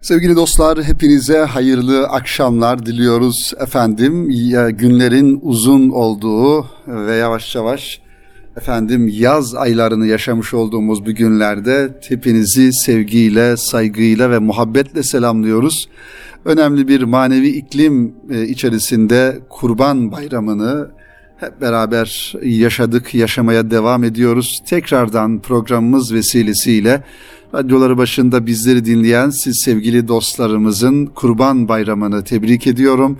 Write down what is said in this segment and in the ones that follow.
Sevgili dostlar, hepinize hayırlı akşamlar diliyoruz efendim. Günlerin uzun olduğu ve yavaş yavaş yaz aylarını yaşamış olduğumuz bu günlerde hepinizi sevgiyle, saygıyla ve muhabbetle selamlıyoruz. Önemli bir manevi iklim içerisinde Kurban Bayramı'nı hep beraber yaşadık, yaşamaya devam ediyoruz. Tekrardan programımız vesilesiyle radyoları başında bizleri dinleyen siz sevgili dostlarımızın Kurban Bayramı'nı tebrik ediyorum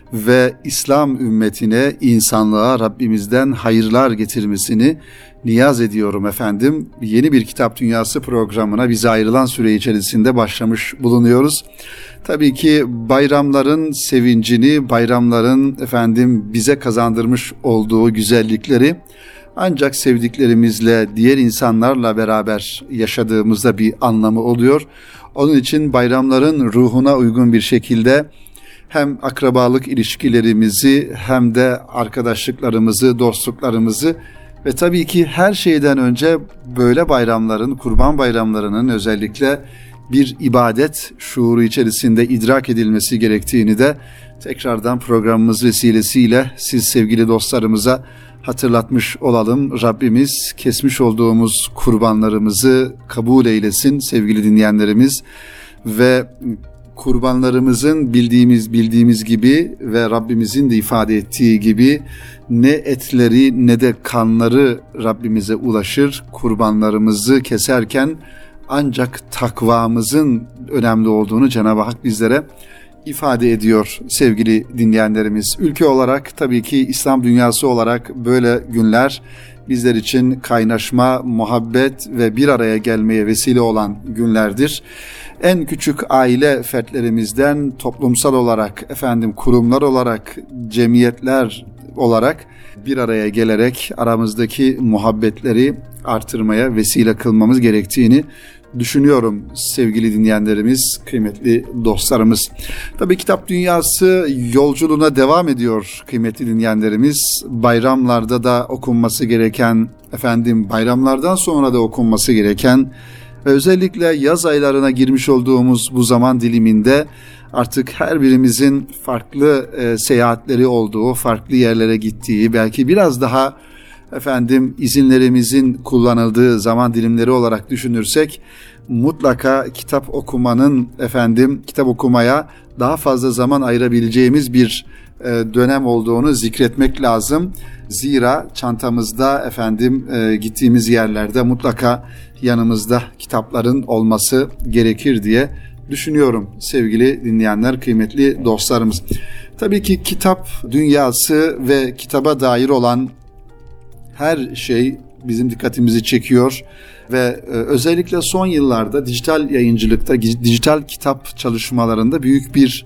ve İslam ümmetine, insanlığa Rabbimizden hayırlar getirmesini niyaz ediyorum efendim. Yeni bir Kitap Dünyası programına bize ayrılan süre içerisinde başlamış bulunuyoruz. Tabii ki bayramların sevincini, bayramların bize kazandırmış olduğu güzellikleri ancak sevdiklerimizle, diğer insanlarla beraber yaşadığımızda bir anlamı oluyor. Onun için bayramların ruhuna uygun bir şekilde hem akrabalık ilişkilerimizi hem de arkadaşlıklarımızı, dostluklarımızı ve tabii ki her şeyden önce böyle bayramların, kurban bayramlarının özellikle bir ibadet şuuru içerisinde idrak edilmesi gerektiğini de tekrardan programımız vesilesiyle siz sevgili dostlarımıza hatırlatmış olalım. Rabbimiz kesmiş olduğumuz kurbanlarımızı kabul eylesin sevgili dinleyenlerimiz ve kurbanlarımızın bildiğimiz gibi ve Rabbimizin de ifade ettiği gibi ne etleri ne de kanları Rabbimize ulaşır. Kurbanlarımızı keserken ancak takvamızın önemli olduğunu Cenab-ı Hak bizlere ifade ediyor sevgili dinleyenlerimiz. Ülke olarak tabii ki İslam dünyası olarak böyle günler bizler için kaynaşma, muhabbet ve bir araya gelmeye vesile olan günlerdir. En küçük aile fertlerimizden toplumsal olarak, kurumlar olarak, cemiyetler olarak bir araya gelerek aramızdaki muhabbetleri artırmaya vesile kılmamız gerektiğini düşünüyorum sevgili dinleyenlerimiz, kıymetli dostlarımız. Tabii Kitap Dünyası yolculuğuna devam ediyor kıymetli dinleyenlerimiz. Bayramlarda da okunması gereken, bayramlardan sonra da okunması gereken ve özellikle yaz aylarına girmiş olduğumuz bu zaman diliminde artık her birimizin farklı seyahatleri olduğu, farklı yerlere gittiği, belki biraz daha izinlerimizin kullanıldığı zaman dilimleri olarak düşünürsek mutlaka kitap okumanın kitap okumaya daha fazla zaman ayırabileceğimiz bir dönem olduğunu zikretmek lazım. Zira çantamızda gittiğimiz yerlerde mutlaka yanımızda kitapların olması gerekir diye düşünüyorum sevgili dinleyenler, kıymetli dostlarımız. Tabii ki kitap dünyası ve kitaba dair olan her şey bizim dikkatimizi çekiyor ve özellikle son yıllarda dijital yayıncılıkta, dijital kitap çalışmalarında büyük bir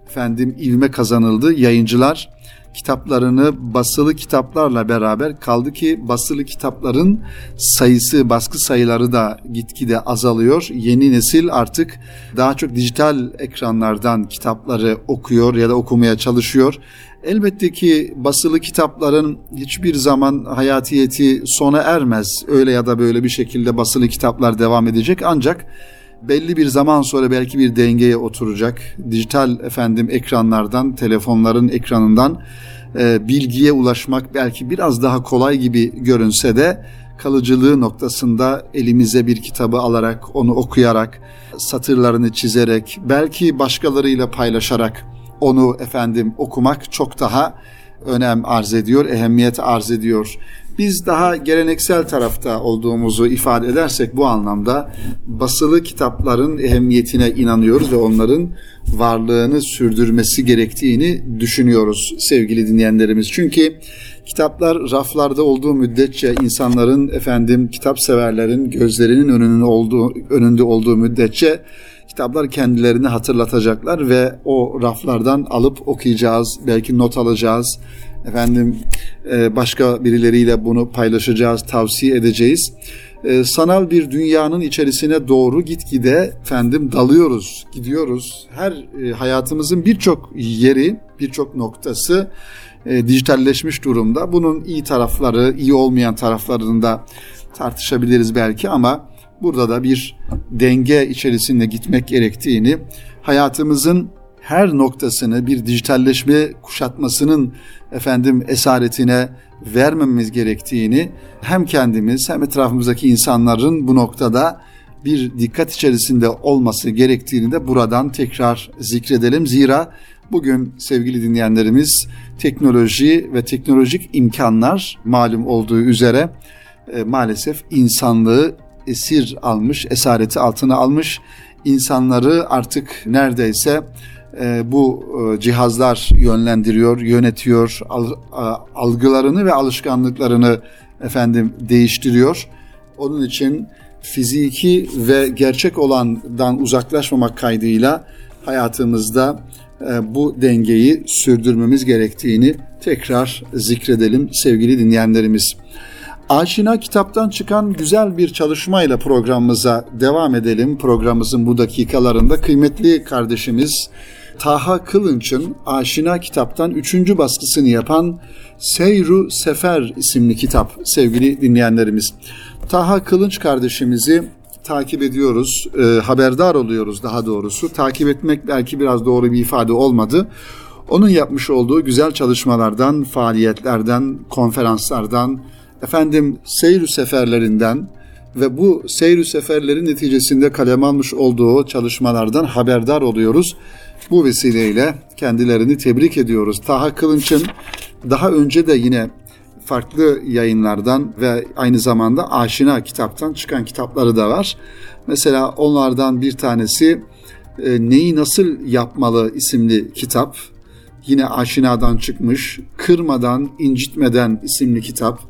ivme kazanıldı. Yayıncılar kitaplarını basılı kitaplarla beraber, kaldı ki basılı kitapların sayısı, baskı sayıları da gitgide azalıyor. Yeni nesil artık daha çok dijital ekranlardan kitapları okuyor ya da okumaya çalışıyor. Elbette ki basılı kitapların hiçbir zaman hayatiyeti sona ermez. Öyle ya da böyle bir şekilde basılı kitaplar devam edecek, ancak belli bir zaman sonra belki bir dengeye oturacak. Dijital ekranlardan, telefonların ekranından bilgiye ulaşmak belki biraz daha kolay gibi görünse de kalıcılığı noktasında elimize bir kitabı alarak, onu okuyarak, satırlarını çizerek, belki başkalarıyla paylaşarak onu okumak çok daha önem arz ediyor, ehemmiyet arz ediyor. Biz daha geleneksel tarafta olduğumuzu ifade edersek bu anlamda basılı kitapların ehemmiyetine inanıyoruz ve onların varlığını sürdürmesi gerektiğini düşünüyoruz sevgili dinleyenlerimiz. Çünkü kitaplar raflarda olduğu müddetçe, insanların kitap severlerin gözlerinin önünde olduğu müddetçe kitaplar kendilerini hatırlatacaklar ve o raflardan alıp okuyacağız, belki not alacağız. Başka birileriyle bunu paylaşacağız, tavsiye edeceğiz. Sanal bir dünyanın içerisine doğru gitgide dalıyoruz, gidiyoruz. Hayatımızın birçok yeri, birçok noktası dijitalleşmiş durumda. Bunun iyi tarafları, iyi olmayan taraflarını da tartışabiliriz belki, ama burada da bir denge içerisinde gitmek gerektiğini, hayatımızın her noktasını bir dijitalleşme kuşatmasının esaretine vermemiz gerektiğini, hem kendimiz hem etrafımızdaki insanların bu noktada bir dikkat içerisinde olması gerektiğini de buradan tekrar zikredelim. Zira bugün sevgili dinleyenlerimiz teknoloji ve teknolojik imkanlar malum olduğu üzere maalesef insanlığı esir almış, esareti altına almış. İnsanları artık neredeyse bu cihazlar yönlendiriyor, yönetiyor, algılarını ve alışkanlıklarını değiştiriyor. Onun için fiziki ve gerçek olandan uzaklaşmamak kaydıyla hayatımızda bu dengeyi sürdürmemiz gerektiğini tekrar zikredelim sevgili dinleyenlerimiz. Aşina kitaptan çıkan güzel bir çalışmayla programımıza devam edelim. Programımızın bu dakikalarında kıymetli kardeşimiz Taha Kılınç'ın Aşina kitaptan 3. baskısını yapan Seyru Sefer isimli kitap sevgili dinleyenlerimiz. Taha Kılınç kardeşimizi takip ediyoruz, haberdar oluyoruz daha doğrusu. Takip etmek belki biraz doğru bir ifade olmadı. Onun yapmış olduğu güzel çalışmalardan, faaliyetlerden, konferanslardan, seyir seferlerinden ve bu seyir seferlerin neticesinde kaleme almış olduğu çalışmalardan haberdar oluyoruz. Bu vesileyle kendilerini tebrik ediyoruz. Taha Kılınç'ın daha önce de yine farklı yayınlardan ve aynı zamanda Aşina kitaptan çıkan kitapları da var. Mesela onlardan bir tanesi Neyi Nasıl Yapmalı isimli kitap. Yine Aşina'dan çıkmış. Kırmadan, incitmeden isimli kitap.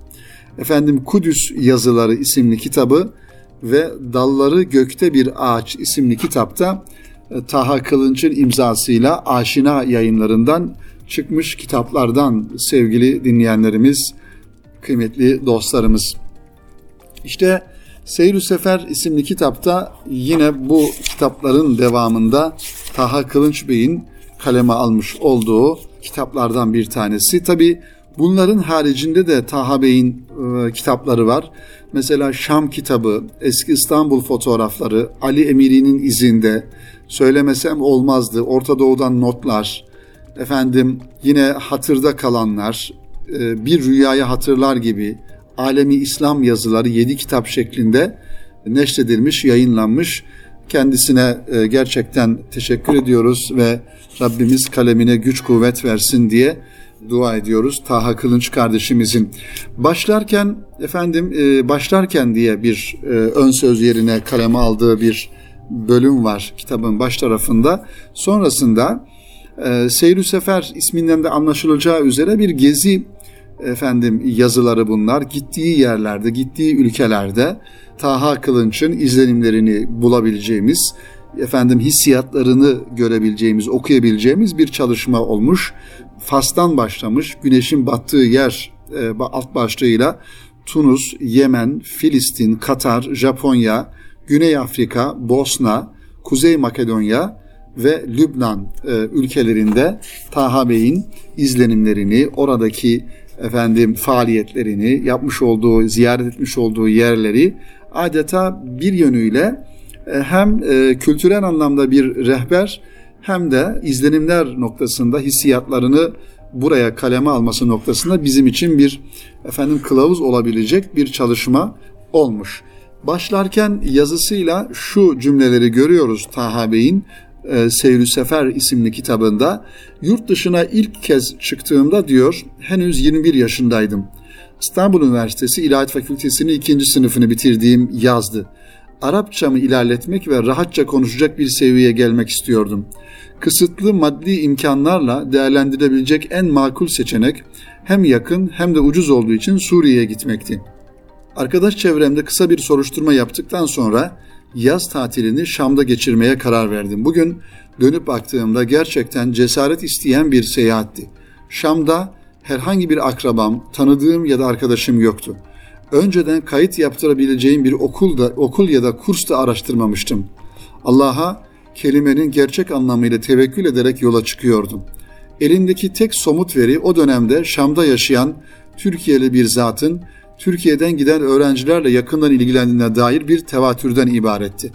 Kudüs Yazıları isimli kitabı ve Dalları Gökte Bir Ağaç isimli kitapta Taha Kılınç'ın imzasıyla Aşina yayınlarından çıkmış kitaplardan sevgili dinleyenlerimiz, kıymetli dostlarımız. İşte Seyr-ü Sefer isimli kitapta yine bu kitapların devamında Taha Kılınç Bey'in kaleme almış olduğu kitaplardan bir tanesi. Tabii bunların haricinde de Taha Bey'in kitapları var. Mesela Şam kitabı, Eski İstanbul fotoğrafları, Ali Emiri'nin izinde, Söylemesem Olmazdı, Orta Doğu'dan notlar, yine Hatırda Kalanlar, Bir Rüyayı Hatırlar gibi Alemi İslam yazıları 7 kitap şeklinde neşredilmiş, yayınlanmış. Kendisine gerçekten teşekkür ediyoruz ve Rabbimiz kalemine güç kuvvet versin diye dua ediyoruz Taha Kılınç kardeşimizin. Başlarken diye bir ön söz yerine kaleme aldığı bir bölüm var kitabın baş tarafında. Sonrasında Seyr-ü Sefer isminden de anlaşılacağı üzere bir gezi yazıları bunlar. Gittiği yerlerde, gittiği ülkelerde Taha Kılınç'ın izlenimlerini bulabileceğimiz, hissiyatlarını görebileceğimiz, okuyabileceğimiz bir çalışma olmuş. Fas'tan başlamış, güneşin battığı yer alt başlığıyla Tunus, Yemen, Filistin, Katar, Japonya, Güney Afrika, Bosna, Kuzey Makedonya ve Lübnan ülkelerinde Taha Bey'in izlenimlerini, oradaki faaliyetlerini, yapmış olduğu, ziyaret etmiş olduğu yerleri adeta bir yönüyle hem kültürel anlamda bir rehber hem de izlenimler noktasında hissiyatlarını buraya kaleme alması noktasında bizim için bir kılavuz olabilecek bir çalışma olmuş. Başlarken yazısıyla şu cümleleri görüyoruz Taha Bey'in Seyr-ü Sefer isimli kitabında. Yurt dışına ilk kez çıktığımda diyor, henüz 21 yaşındaydım. İstanbul Üniversitesi İlahiyat Fakültesi'nin 2. sınıfını bitirdiğim yazdı. Arapçamı ilerletmek ve rahatça konuşacak bir seviyeye gelmek istiyordum. Kısıtlı maddi imkanlarla değerlendirebilecek en makul seçenek hem yakın hem de ucuz olduğu için Suriye'ye gitmekti. Arkadaş çevremde kısa bir soruşturma yaptıktan sonra yaz tatilini Şam'da geçirmeye karar verdim. Bugün dönüp baktığımda gerçekten cesaret isteyen bir seyahatti. Şam'da herhangi bir akrabam, tanıdığım ya da arkadaşım yoktu. Önceden kayıt yaptırabileceğim bir okul ya da kurs da araştırmamıştım. Allah'a kelimenin gerçek anlamıyla tevekkül ederek yola çıkıyordum. Elindeki tek somut veri o dönemde Şam'da yaşayan Türkiye'li bir zatın Türkiye'den giden öğrencilerle yakından ilgilendiğine dair bir tevatürden ibaretti.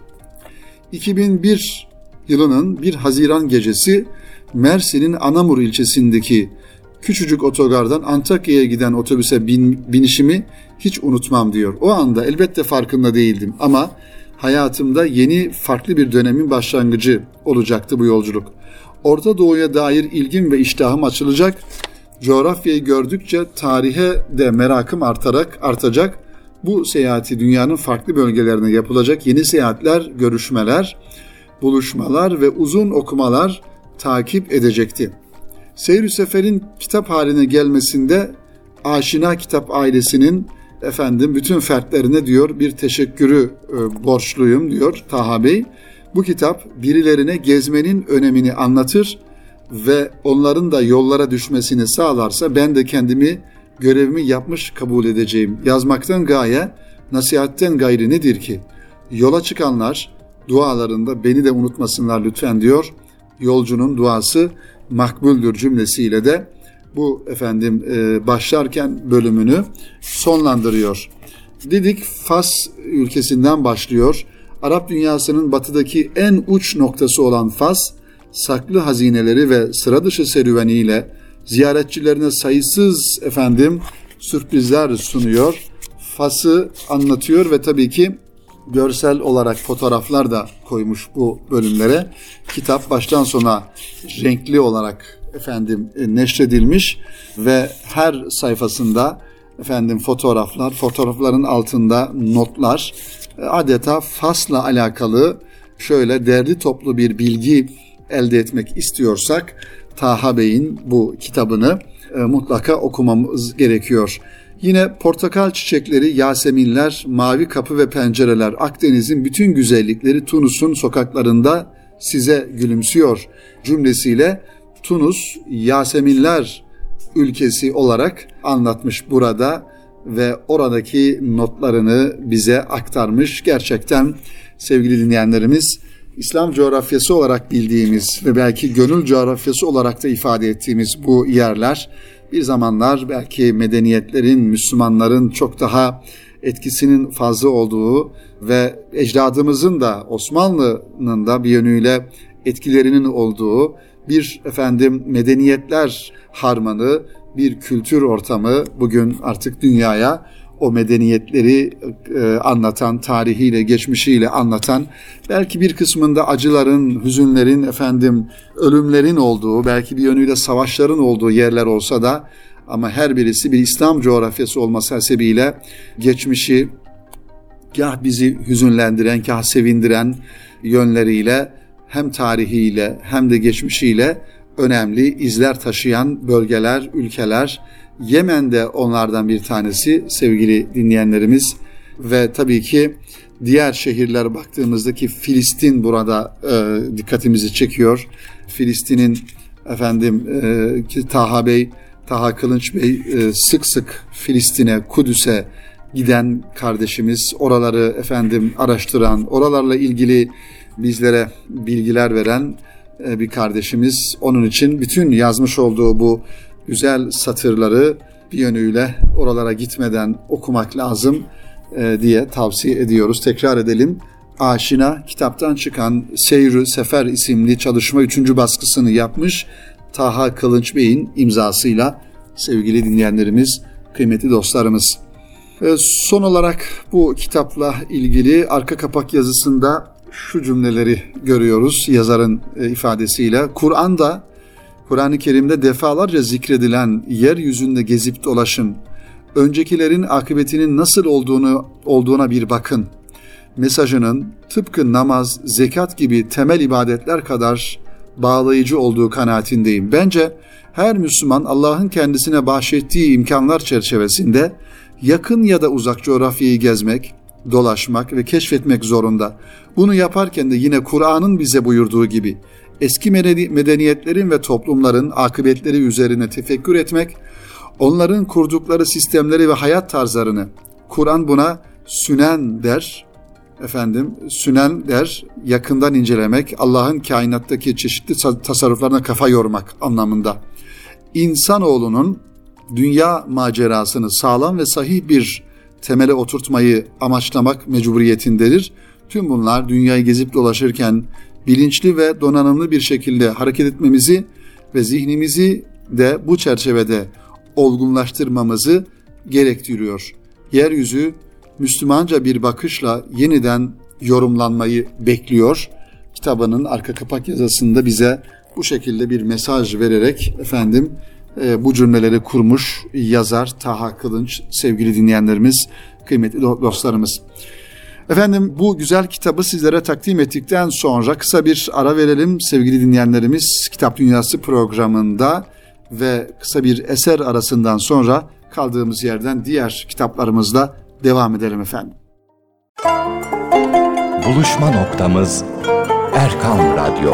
2001 yılının 1 Haziran gecesi Mersin'in Anamur ilçesindeki küçücük otogardan Antakya'ya giden otobüse binişimi hiç unutmam diyor. O anda elbette farkında değildim ama hayatımda yeni farklı bir dönemin başlangıcı olacaktı bu yolculuk. Orta Doğu'ya dair ilgim ve iştahım açılacak. Coğrafyayı gördükçe tarihe de merakım artacak. Bu seyahati dünyanın farklı bölgelerine yapılacak yeni seyahatler, görüşmeler, buluşmalar ve uzun okumalar takip edecekti. Seyr-i Sefer'in kitap haline gelmesinde Aşina Kitap ailesinin bütün fertlerine diyor bir teşekkürü borçluyum diyor Taha Bey. Bu kitap birilerine gezmenin önemini anlatır ve onların da yollara düşmesini sağlarsa ben de görevimi yapmış kabul edeceğim. Yazmaktan gaye, nasihatten gayri nedir ki? Yola çıkanlar dualarında beni de unutmasınlar lütfen diyor. Yolcunun duası makbuldür cümlesiyle de bu başlarken bölümünü sonlandırıyor. Didik Fas ülkesinden başlıyor. Arap dünyasının batıdaki en uç noktası olan Fas, saklı hazineleri ve sıra dışı serüveniyle ziyaretçilerine sayısız sürprizler sunuyor. Fas'ı anlatıyor ve tabii ki görsel olarak fotoğraflar da koymuş bu bölümlere. Kitap baştan sona renkli olarak neşredilmiş ve her sayfasında fotoğrafların altında notlar, adeta Fas'la alakalı şöyle derli toplu bir bilgi elde etmek istiyorsak Taha Bey'in bu kitabını mutlaka okumamız gerekiyor. Yine portakal çiçekleri, yaseminler, mavi kapı ve pencereler, Akdeniz'in bütün güzellikleri Tunus'un sokaklarında size gülümsüyor cümlesiyle Tunus, Yaseminler ülkesi olarak anlatmış burada ve oradaki notlarını bize aktarmış. Gerçekten sevgili dinleyenlerimiz, İslam coğrafyası olarak bildiğimiz ve belki gönül coğrafyası olarak da ifade ettiğimiz bu yerler bir zamanlar belki medeniyetlerin, Müslümanların çok daha etkisinin fazla olduğu ve ecdadımızın da Osmanlı'nın da bir yönüyle etkilerinin olduğu bir medeniyetler harmanı, bir kültür ortamı bugün artık dünyaya o medeniyetleri anlatan, tarihiyle, geçmişiyle anlatan, belki bir kısmında acıların, hüzünlerin, ölümlerin olduğu, belki bir yönüyle savaşların olduğu yerler olsa da ama her birisi bir İslam coğrafyası olması hasebiyle geçmişi kah bizi hüzünlendiren, kah sevindiren yönleriyle hem tarihiyle hem de geçmişiyle önemli izler taşıyan bölgeler, ülkeler. Yemen de onlardan bir tanesi sevgili dinleyenlerimiz ve tabii ki diğer şehirlere baktığımızdaki Filistin burada dikkatimizi çekiyor. Filistin'in Taha Kılınç Bey sık sık Filistin'e, Kudüs'e giden kardeşimiz, oraları araştıran, oralarla ilgili bizlere bilgiler veren bir kardeşimiz. Onun için bütün yazmış olduğu bu güzel satırları bir yönüyle oralara gitmeden okumak lazım diye tavsiye ediyoruz. Tekrar edelim. Aşina kitaptan çıkan Seyr-i Sefer isimli çalışma 3. baskısını yapmış Taha Kılınç Bey'in imzasıyla sevgili dinleyenlerimiz, kıymetli dostlarımız. Son olarak bu kitapla ilgili arka kapak yazısında şu cümleleri görüyoruz yazarın ifadesiyle. Kur'an-ı Kerim'de defalarca zikredilen yeryüzünde gezip dolaşın. Öncekilerin akıbetinin nasıl olduğuna bir bakın. Mesajının tıpkı namaz, zekat gibi temel ibadetler kadar bağlayıcı olduğu kanaatindeyim. Bence her Müslüman Allah'ın kendisine bahşettiği imkanlar çerçevesinde yakın ya da uzak coğrafyayı gezmek, dolaşmak ve keşfetmek zorunda. Bunu yaparken de yine Kur'an'ın bize buyurduğu gibi eski medeniyetlerin ve toplumların akıbetleri üzerine tefekkür etmek, onların kurdukları sistemleri ve hayat tarzlarını, Kur'an buna sünen der, yakından incelemek, Allah'ın kainattaki çeşitli tasarruflarına kafa yormak anlamında. İnsanoğlunun dünya macerasını sağlam ve sahih bir temele oturtmayı amaçlamak mecburiyetindedir. Tüm bunlar dünyayı gezip dolaşırken bilinçli ve donanımlı bir şekilde hareket etmemizi ve zihnimizi de bu çerçevede olgunlaştırmamızı gerektiriyor. Yeryüzü Müslümanca bir bakışla yeniden yorumlanmayı bekliyor. Kitabının arka kapak yazısında bize bu şekilde bir mesaj vererek bu cümleleri kurmuş yazar Taha Kılınç, sevgili dinleyenlerimiz, kıymetli dostlarımız. Bu güzel kitabı sizlere takdim ettikten sonra kısa bir ara verelim sevgili dinleyenlerimiz. Kitap Dünyası programında ve kısa bir eser arasından sonra kaldığımız yerden diğer kitaplarımızla devam edelim efendim. Buluşma noktamız Erkam Radyo.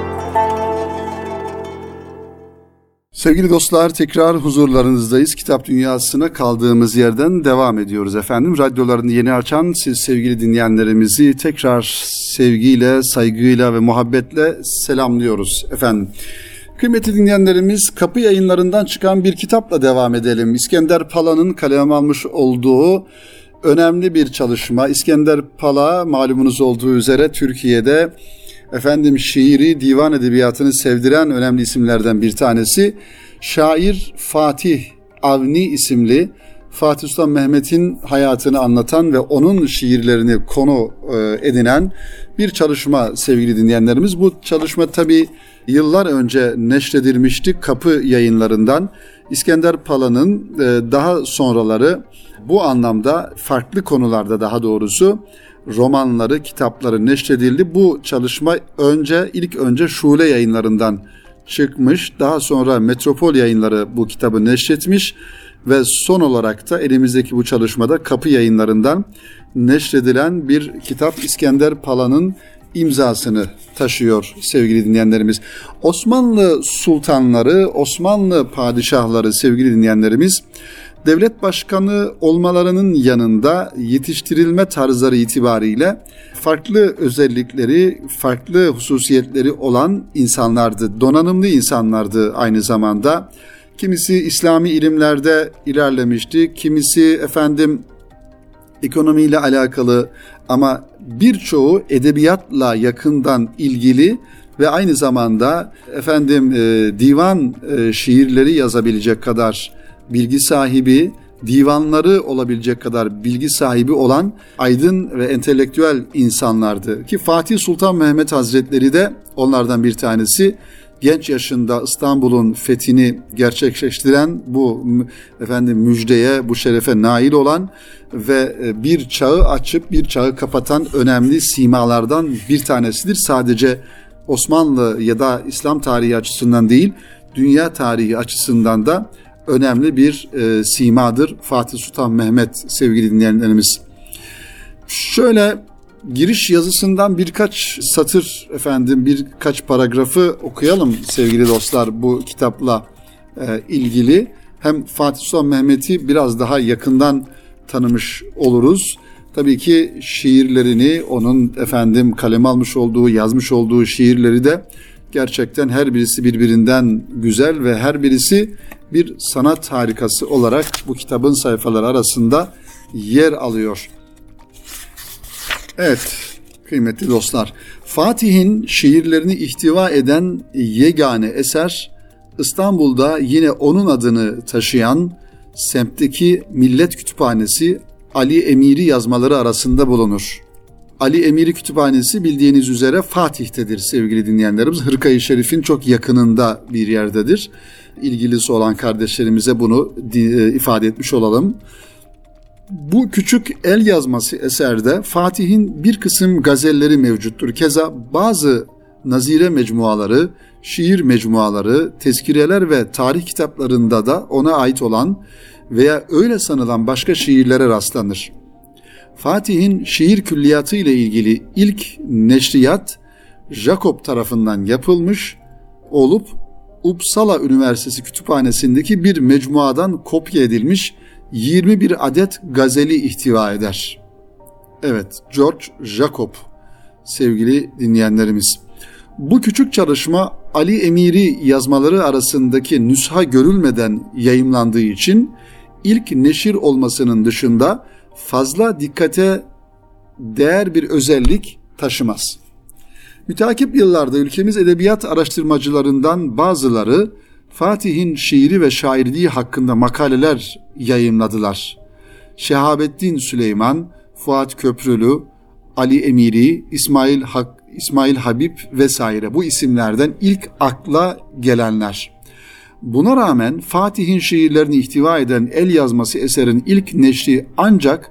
Sevgili dostlar, tekrar huzurlarınızdayız. Kitap Dünyası'na kaldığımız yerden devam ediyoruz efendim. Radyolarını yeni açan siz sevgili dinleyenlerimizi tekrar sevgiyle, saygıyla ve muhabbetle selamlıyoruz efendim. Kıymetli dinleyenlerimiz, Kapı Yayınları'ndan çıkan bir kitapla devam edelim. İskender Pala'nın kaleme almış olduğu önemli bir çalışma. İskender Pala malumunuz olduğu üzere Türkiye'de şiiri, divan edebiyatını sevdiren önemli isimlerden bir tanesi. Şair Fatih Avni isimli, Fatih Sultan Mehmet'in hayatını anlatan ve onun şiirlerini konu edinen bir çalışma sevgili dinleyenlerimiz. Bu çalışma tabii yıllar önce neşredilmişti Kapı Yayınları'ndan. İskender Pala'nın daha sonraları bu anlamda farklı konularda daha doğrusu romanları, kitapları neşredildi. Bu çalışma ilk önce Şule Yayınları'ndan çıkmış. Daha sonra Metropol Yayınları bu kitabı neşretmiş ve son olarak da elimizdeki bu çalışmada Kapı Yayınları'ndan neşredilen bir kitap İskender Pala'nın imzasını taşıyor sevgili dinleyenlerimiz. Osmanlı sultanları, Osmanlı padişahları sevgili dinleyenlerimiz, devlet başkanı olmalarının yanında yetiştirilme tarzları itibariyle farklı özellikleri, farklı hususiyetleri olan insanlardı. Donanımlı insanlardı aynı zamanda. Kimisi İslami ilimlerde ilerlemişti, kimisi ekonomiyle alakalı ama birçoğu edebiyatla yakından ilgili ve aynı zamanda divan şiirleri yazabilecek kadar bilgi sahibi, divanları olabilecek kadar bilgi sahibi olan aydın ve entelektüel insanlardı. Ki Fatih Sultan Mehmet Hazretleri de onlardan bir tanesi. Genç yaşında İstanbul'un fethini gerçekleştiren bu müjdeye, bu şerefe nail olan ve bir çağı açıp bir çağı kapatan önemli simalardan bir tanesidir. Sadece Osmanlı ya da İslam tarihi açısından değil, dünya tarihi açısından da önemli bir simadır Fatih Sultan Mehmet sevgili dinleyenlerimiz. Şöyle giriş yazısından birkaç satır birkaç paragrafı okuyalım sevgili dostlar bu kitapla ilgili. Hem Fatih Sultan Mehmet'i biraz daha yakından tanımış oluruz. Tabii ki şiirlerini, onun kaleme almış olduğu, yazmış olduğu şiirleri de gerçekten her birisi birbirinden güzel ve her birisi bir sanat harikası olarak bu kitabın sayfaları arasında yer alıyor. Evet, kıymetli dostlar, Fatih'in şiirlerini ihtiva eden yegane eser, İstanbul'da yine onun adını taşıyan semtteki Millet Kütüphanesi Ali Emiri yazmaları arasında bulunur. Ali Emiri Kütüphanesi bildiğiniz üzere Fatih'tedir sevgili dinleyenlerimiz. Hırka-i Şerif'in çok yakınında bir yerdedir. İlgilisi olan kardeşlerimize bunu ifade etmiş olalım. Bu küçük el yazması eserde Fatih'in bir kısım gazelleri mevcuttur. Keza bazı nazire mecmuaları, şiir mecmuaları, tezkireler ve tarih kitaplarında da ona ait olan veya öyle sanılan başka şiirlere rastlanır. Fatih'in şiir külliyatı ile ilgili ilk neşriyat Jacob tarafından yapılmış olup Uppsala Üniversitesi Kütüphanesi'ndeki bir mecmuadan kopya edilmiş 21 adet gazeli ihtiva eder. Evet, George Jacob sevgili dinleyenlerimiz. Bu küçük çalışma Ali Emiri yazmaları arasındaki nüsha görülmeden yayımlandığı için ilk neşir olmasının dışında fazla dikkate değer bir özellik taşımaz. Müteakip yıllarda ülkemiz edebiyat araştırmacılarından bazıları Fatih'in şiiri ve şairliği hakkında makaleler yayımladılar. Şehabettin Süleyman, Fuat Köprülü, Ali Emiri, İsmail Habib vesaire bu isimlerden ilk akla gelenler. Buna rağmen Fatih'in şiirlerini ihtiva eden el yazması eserin ilk neşri ancak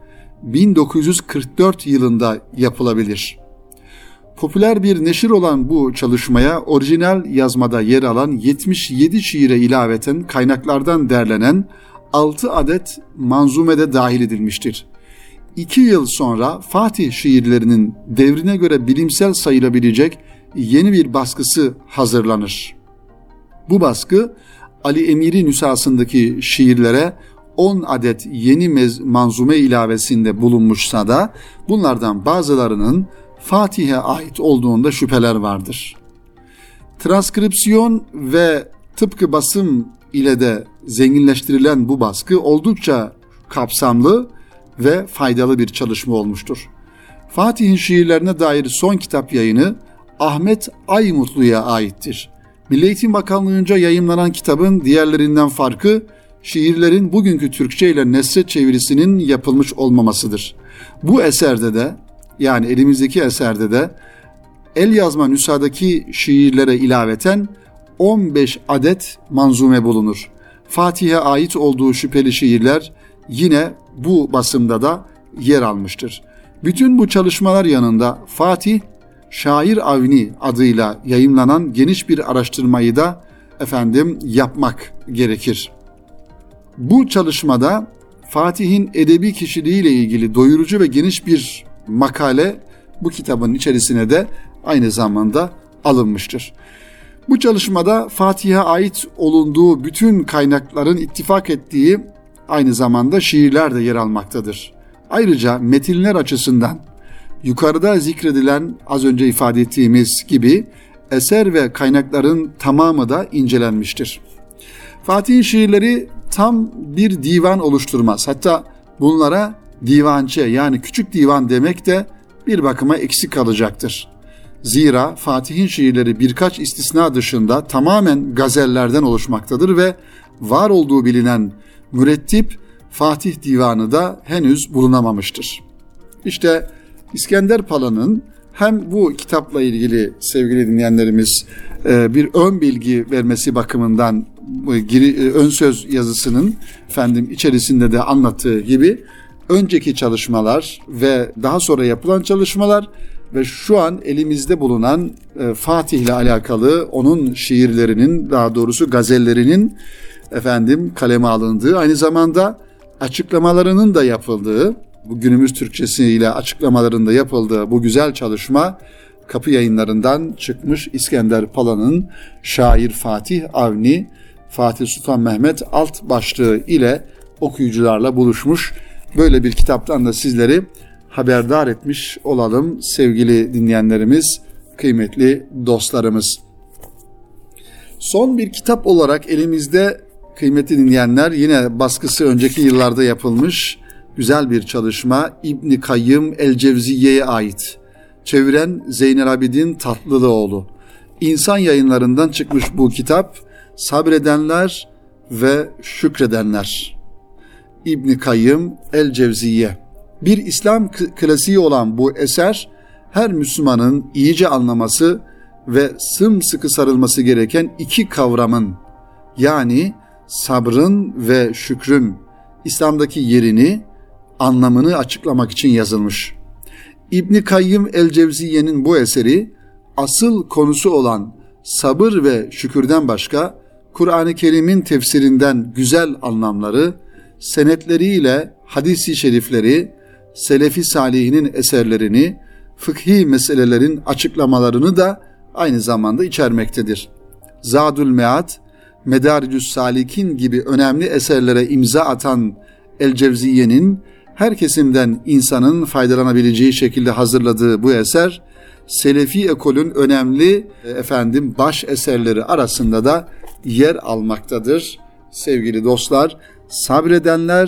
1944 yılında yapılabilir. Popüler bir neşir olan bu çalışmaya orijinal yazmada yer alan 77 şiire ilaveten kaynaklardan derlenen 6 adet manzume de dahil edilmiştir. 2 yıl sonra Fatih şiirlerinin devrine göre bilimsel sayılabilecek yeni bir baskısı hazırlanır. Bu baskı Ali Emiri nüshasındaki şiirlere 10 adet yeni manzume ilavesinde bulunmuşsa da bunlardan bazılarının Fatih'e ait olduğunda şüpheler vardır. Transkripsiyon ve tıpkı basım ile de zenginleştirilen bu baskı oldukça kapsamlı ve faydalı bir çalışma olmuştur. Fatih'in şiirlerine dair son kitap yayını Ahmet Aymutlu'ya aittir. Milli Eğitim Bakanlığı'nca yayımlanan kitabın diğerlerinden farkı şiirlerin bugünkü Türkçe ile nesre çevirisinin yapılmış olmamasıdır. Bu eserde de yani elimizdeki eserde de el yazma nüshadaki şiirlere ilaveten 15 adet manzume bulunur. Fatih'e ait olduğu şüpheli şiirler yine bu basımda da yer almıştır. Bütün bu çalışmalar yanında Fatih, Şair Avni adıyla yayımlanan geniş bir araştırmayı da yapmak gerekir. Bu çalışmada Fatih'in edebi kişiliğiyle ilgili doyurucu ve geniş bir makale bu kitabın içerisine de aynı zamanda alınmıştır. Bu çalışmada Fatih'e ait olunduğu bütün kaynakların ittifak ettiği aynı zamanda şiirler de yer almaktadır. Ayrıca metinler açısından yukarıda zikredilen az önce ifade ettiğimiz gibi eser ve kaynakların tamamı da incelenmiştir. Fatih'in şiirleri tam bir divan oluşturmaz. Hatta bunlara divançe yani küçük divan demek de bir bakıma eksik kalacaktır. Zira Fatih'in şiirleri birkaç istisna dışında tamamen gazellerden oluşmaktadır ve var olduğu bilinen mürettip Fatih Divanı da henüz bulunamamıştır. İşte İskender Pala'nın hem bu kitapla ilgili sevgili dinleyenlerimiz bir ön bilgi vermesi bakımından ön söz yazısının içerisinde de anlattığı gibi önceki çalışmalar ve daha sonra yapılan çalışmalar ve şu an elimizde bulunan Fatih ile alakalı onun şiirlerinin daha doğrusu gazellerinin kaleme alındığı aynı zamanda açıklamalarının da yapıldığı bu günümüz Türkçesiyle açıklamalarında yapıldığı bu güzel çalışma Kapı Yayınlarından çıkmış İskender Pala'nın Şair Fatih Avni Fatih Sultan Mehmet alt başlığı ile okuyucularla buluşmuş. Böyle bir kitaptan da sizleri haberdar etmiş olalım sevgili dinleyenlerimiz, kıymetli dostlarımız. Son bir kitap olarak elimizde kıymetli dinleyenler yine baskısı önceki yıllarda yapılmış güzel bir çalışma İbn Kayyım el-Cevziye'ye ait. Çeviren Zeynel Abidin Tatlılıoğlu. İnsan Yayınlarından çıkmış bu kitap Sabredenler ve Şükredenler. İbn Kayyım el-Cevziye. Bir İslam klasiği olan bu eser her Müslümanın iyice anlaması ve sımsıkı sarılması gereken iki kavramın yani sabrın ve şükrün İslam'daki yerini, anlamını açıklamak için yazılmış. İbn Kayyım el-Cevziye'nin bu eseri asıl konusu olan sabır ve şükürden başka Kur'an-ı Kerim'in tefsirinden güzel anlamları, senetleriyle hadis-i şerifleri, Selefi Salihinin eserlerini, fıkhi meselelerin açıklamalarını da aynı zamanda içermektedir. Zadül Mead, Medaricü's Salikin gibi önemli eserlere imza atan El-Cevziye'nin her kesimden insanın faydalanabileceği şekilde hazırladığı bu eser, Selefi ekolün önemli baş eserleri arasında da yer almaktadır. Sevgili dostlar, Sabredenler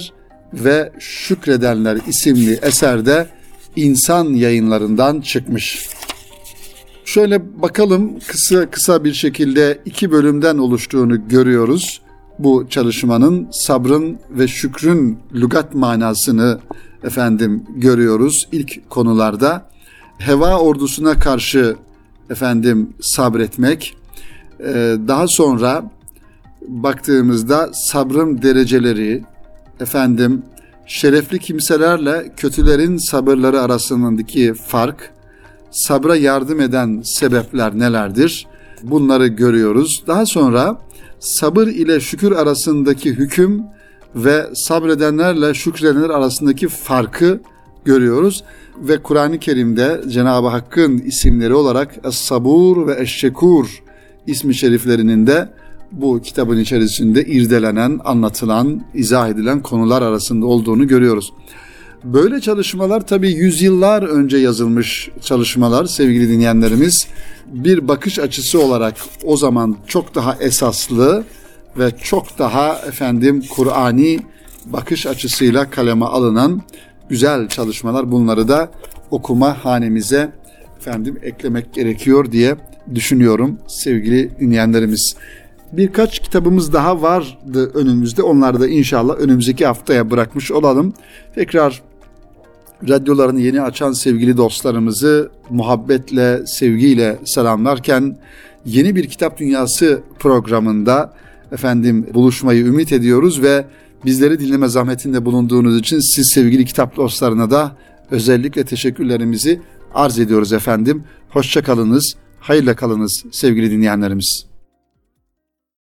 ve Şükredenler isimli eserde İnsan Yayınlarından çıkmış. Şöyle bakalım, kısa bir şekilde 2 bölümden oluştuğunu görüyoruz. Bu çalışmanın sabrın ve şükrün lügat manasını görüyoruz ilk konularda. Heva ordusuna karşı sabretmek. Daha sonra baktığımızda sabrın dereceleri, şerefli kimselerle kötülerin sabırları arasındaki fark, sabra yardım eden sebepler nelerdir? Bunları görüyoruz. Daha sonra sabır ile şükür arasındaki hüküm ve sabredenlerle şükredenler arasındaki farkı görüyoruz. Ve Kur'an-ı Kerim'de Cenab-ı Hakk'ın isimleri olarak Es-Sabur ve Eş-Şekur ismi şeriflerinin de bu kitabın içerisinde irdelenen, anlatılan, izah edilen konular arasında olduğunu görüyoruz. Böyle çalışmalar tabii yüzyıllar önce yazılmış çalışmalar sevgili dinleyenlerimiz. Bir bakış açısı olarak o zaman çok daha esaslı ve çok daha Kur'ani bakış açısıyla kaleme alınan güzel çalışmalar. Bunları da okuma hanemize eklemek gerekiyor diye düşünüyorum sevgili dinleyenlerimiz. Birkaç kitabımız daha vardı önümüzde. Onları da inşallah önümüzdeki haftaya bırakmış olalım. Tekrar radyolarını yeni açan sevgili dostlarımızı muhabbetle, sevgiyle selamlarken yeni bir Kitap Dünyası programında buluşmayı ümit ediyoruz ve bizleri dinleme zahmetinde bulunduğunuz için siz sevgili kitap dostlarına da özellikle teşekkürlerimizi arz ediyoruz efendim. Hoşça kalınız, hayırla kalınız sevgili dinleyenlerimiz.